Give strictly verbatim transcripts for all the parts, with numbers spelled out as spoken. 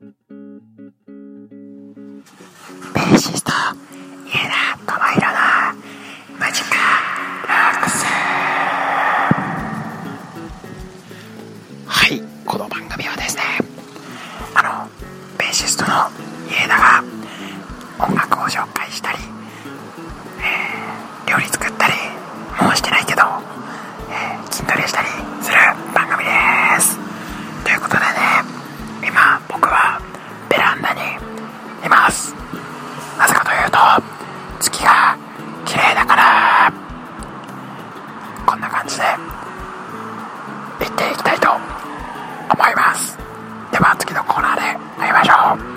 ベーシスト家田智弘のマジカラックス。はい、この番組はですね、あのベーシストの家田が音楽を紹介したり、えー、料理作ったりもうしてないけど、えー、筋トレしたりする番組です。ということでね、今僕はベランダにいます。なぜかというと月が綺麗だから。こんな感じで行っていきたいと思います。では次のコーナーで会いましょう。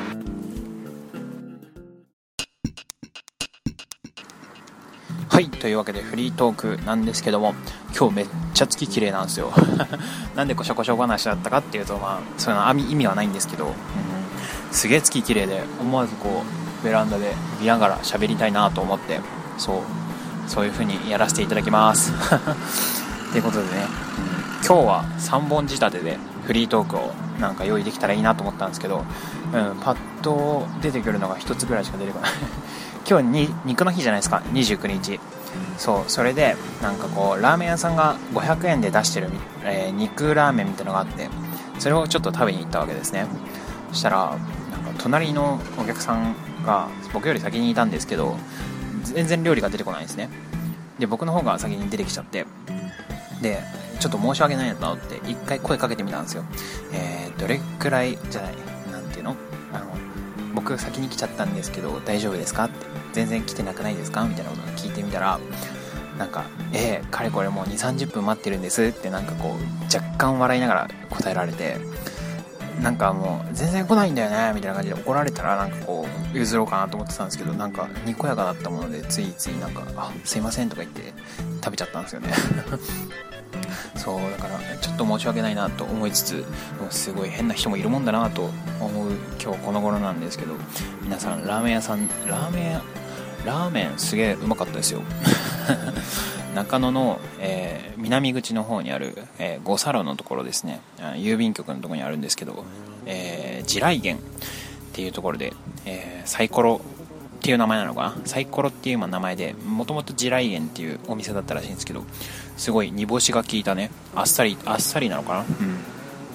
はい、というわけでフリートークなんですけども、今日めっちゃ月綺麗なんですよなんでこしょこしょ話だったかっていうと、まあそういうの意味はないんですけど、うん、すげえ月綺麗で思わずこうベランダで見ながら喋りたいなと思って、そうそういう風にやらせていただきますということでね、うん、今日はさんぼん仕立てでフリートークをなんか用意できたらいいなと思ったんですけど、うん、パッと出てくるのがひとつぐらいしか出てこない今日に肉の日じゃないですか、にじゅうくにち。そうそれでなんかこうラーメン屋さんがごひゃくえんで出してる、えー、肉ラーメンみたいなのがあって、それをちょっと食べに行ったわけですね。そしたらなんか隣のお客さんが僕より先にいたんですけど、全然料理が出てこないんですね。で僕の方が先に出てきちゃって、でちょっと申し訳ないなと思って一回声かけてみたんですよ。えー、どれくらいじゃないなんていうのあの僕先に来ちゃったんですけど大丈夫ですかって、全然来てなくないですかみたいなことを聞いてみたら、なんかえー、かれこれもう にじゅうさんじゅっぷん待ってるんですってなんかこう若干笑いながら答えられて、なんかもう全然来ないんだよねみたいな感じで怒られたらなんかこう譲ろうかなと思ってたんですけど、なんかにこやかだったものでついついなんかあすいませんとか言って食べちゃったんですよねそうだからちょっと申し訳ないなと思いつつ、すごい変な人もいるもんだなと思う今日この頃なんですけど、皆さんラーメン屋さんラーメンラーメンすげえうまかったですよ中野の、えー、南口の方にある、えー、五差路のところですね、郵便局のところにあるんですけど、えー、地雷原っていうところで、えー、サイコロっていう名前なのかな、サイコロっていう名前でもともと地雷原っていうお店だったらしいんですけど、すごい煮干しが効いたね、あっさりあっさりなのかな、うん、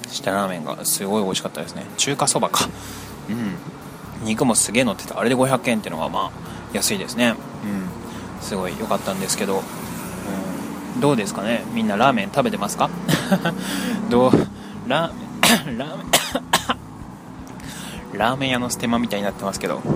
したラーメンがすごい美味しかったですね。中華そばか、うん、肉もすげえ乗ってた。あれでごひゃくえんっていうのがまあ安いですね。うん、すごい良かったんですけど、うん、どうですかね、みんなラーメン食べてますかどうラーメンラーメンラーメン屋のステマみたいになってますけど、うん、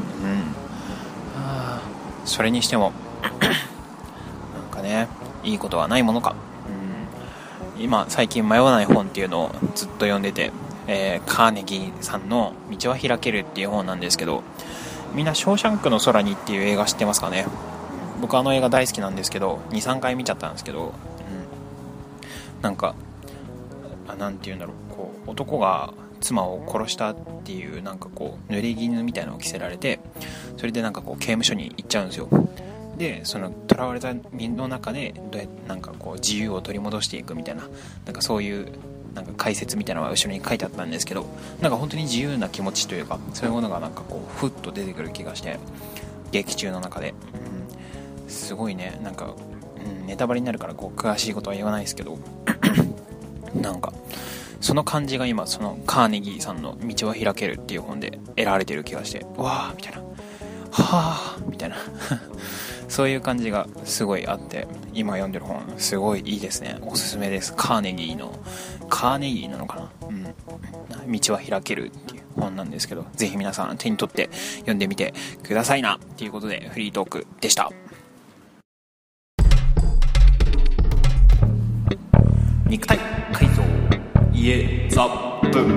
それにしてもなんかね、いいことはないものか、うん、今最近迷わない本っていうのをずっと読んでて、えー、カーネギーさんの道は開けるっていう本なんですけど、みんなショーシャンクの空にっていう映画知ってますかね。僕あの映画大好きなんですけど にさんかい見ちゃったんですけど、うん、なんかあなんていうんだろう、こう男が妻を殺したっていうなんかこう濡れ衣みたいなのを着せられて、それでなんかこう刑務所に行っちゃうんですよ。でその囚われた身の中でどうやってなんかこう自由を取り戻していくみたいな、なんかそういうなんか解説みたいなのが後ろに書いてあったんですけど、なんか本当に自由な気持ちというかそういうものがなんかこうふっと出てくる気がして、劇中の中で、うん、すごいね、なんか、うん、ネタバレになるからこう詳しいことは言わないですけどなんかその感じが今そのカーネギーさんの道は開けるっていう本で得られてる気がして、わーみたいな、はーみたいなそういう感じがすごいあって、今読んでる本すごいいいですね。おすすめです。カーネギーのカーネギーなのかな、うん、道は開けるっていう本なんですけど、ぜひ皆さん手に取って読んでみてくださいなっていうことでフリートークでした。肉体改造家ザブと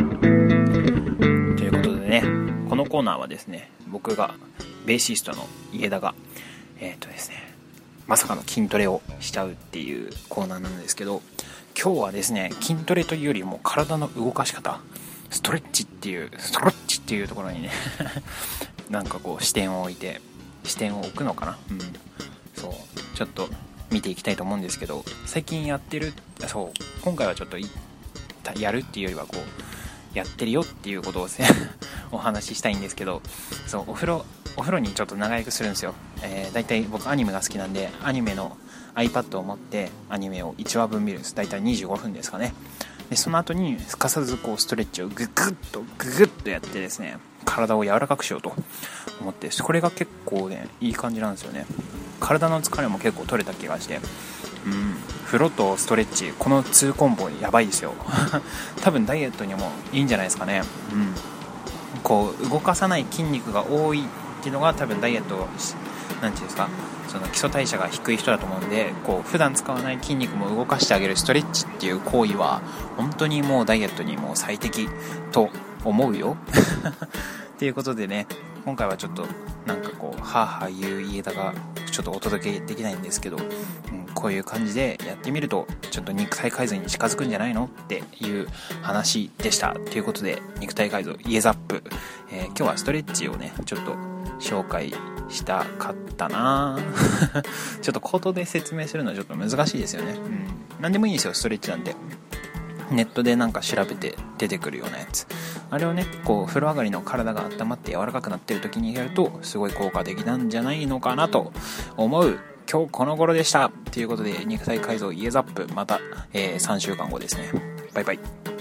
いうことでね、このコーナーはですね、僕がベーシストの家田がえっとですねまさかの筋トレをしちゃうっていうコーナーなんですけど、今日はですね筋トレというよりも体の動かし方、ストレッチっていうストレッチっていうところにねなんかこう視点を置いて視点を置くのかな、うん、そうちょっと見ていきたいと思うんですけど、最近やってるそう今回はちょっとやるっていうよりはこうやってるよっていうことをお話ししたいんですけど、そうお風呂お風呂にちょっと長居するんですよ。えー、だいたい僕アニメが好きなんで、アニメの iPad を持ってアニメをいちわぶん見るんです。だいたいにじゅうごふんですかね。でその後にすかさずこうストレッチをググッとググッとやってですね、体を柔らかくしようと思って、これが結構ねいい感じなんですよね。体の疲れも結構取れた気がして、うん、風呂とストレッチ、このにコンボやばいですよ多分ダイエットにもいいんじゃないですかね。うん、こう動かさない筋肉が多いっていうのが多分ダイエットなんていうんですか、その基礎代謝が低い人だと思うんで、こう普段使わない筋肉も動かしてあげるストレッチっていう行為は本当にもうダイエットにもう最適と思うよっていうことでね、今回はちょっとなんかこうはぁはぁ言う家田がちょっとお届けできないんですけど、うん、こういう感じでやってみるとちょっと肉体改造に近づくんじゃないのっていう話でした。ということで肉体改造イエザップ、えー、今日はストレッチをねちょっと紹介したかったなちょっと口頭で説明するのはちょっと難しいですよね。うん、何でもいいんですよストレッチなんて。ネットでなんか調べて出てくるようなやつ、あれをねこう風呂上がりの体が温まって柔らかくなってる時にやるとすごい効果的なんじゃないのかなと思う今日この頃でした。ということで肉体改造イエザップ、また、えー、さんしゅうかんごですね。バイバイ。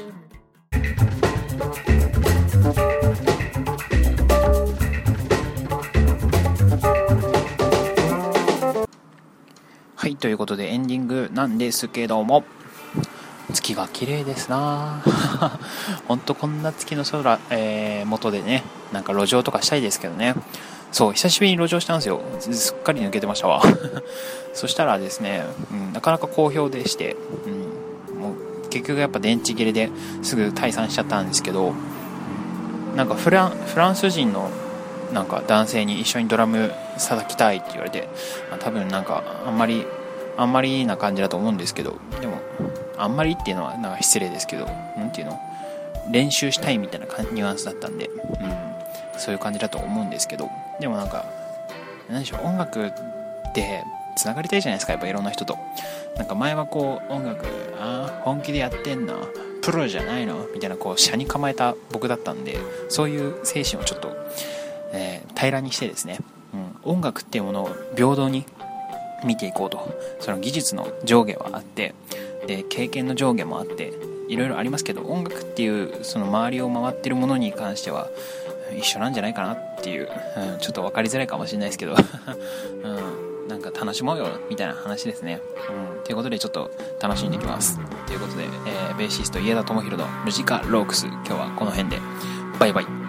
はい、ということでエンディングなんですけども、月が綺麗ですなほんとこんな月の空、えー、元でねなんか路上とかしたいですけどね。そう久しぶりに路上したんですよ。すっかり抜けてましたわそしたらですね、うん、なかなか好評でして、うん、もう結局やっぱ電池切れですぐ退散しちゃったんですけど、うん、なんかフラン、フランス人のなんか男性に一緒にドラム叩きたいって言われて、まあ、多分なんかあんまりあんまりな感じだと思うんですけど、でもあんまりっていうのはなんか失礼ですけど、なんていうの、練習したいみたいなニュアンスだったんで、うん、そういう感じだと思うんですけど、でもなんか何でしょう、音楽ってつながりたいじゃないですか、やっぱいろんな人と。なんか前はこう音楽あ本気でやってんのプロじゃないのみたいなこう車に構えた僕だったんで、そういう精神をちょっと、えー、平らにしてですね、うん、音楽っていうものを平等に見ていこうと。その技術の上下はあって、で経験の上下もあっていろいろありますけど、音楽っていうその周りを回ってるものに関しては一緒なんじゃないかなっていう、うん、ちょっと分かりづらいかもしれないですけど、うん、なんか楽しもうよみたいな話ですね。うん、ということでちょっと楽しんでいきます。ということで、えー、ベーシスト家田智弘のムジカロークス、今日はこの辺でバイバイ。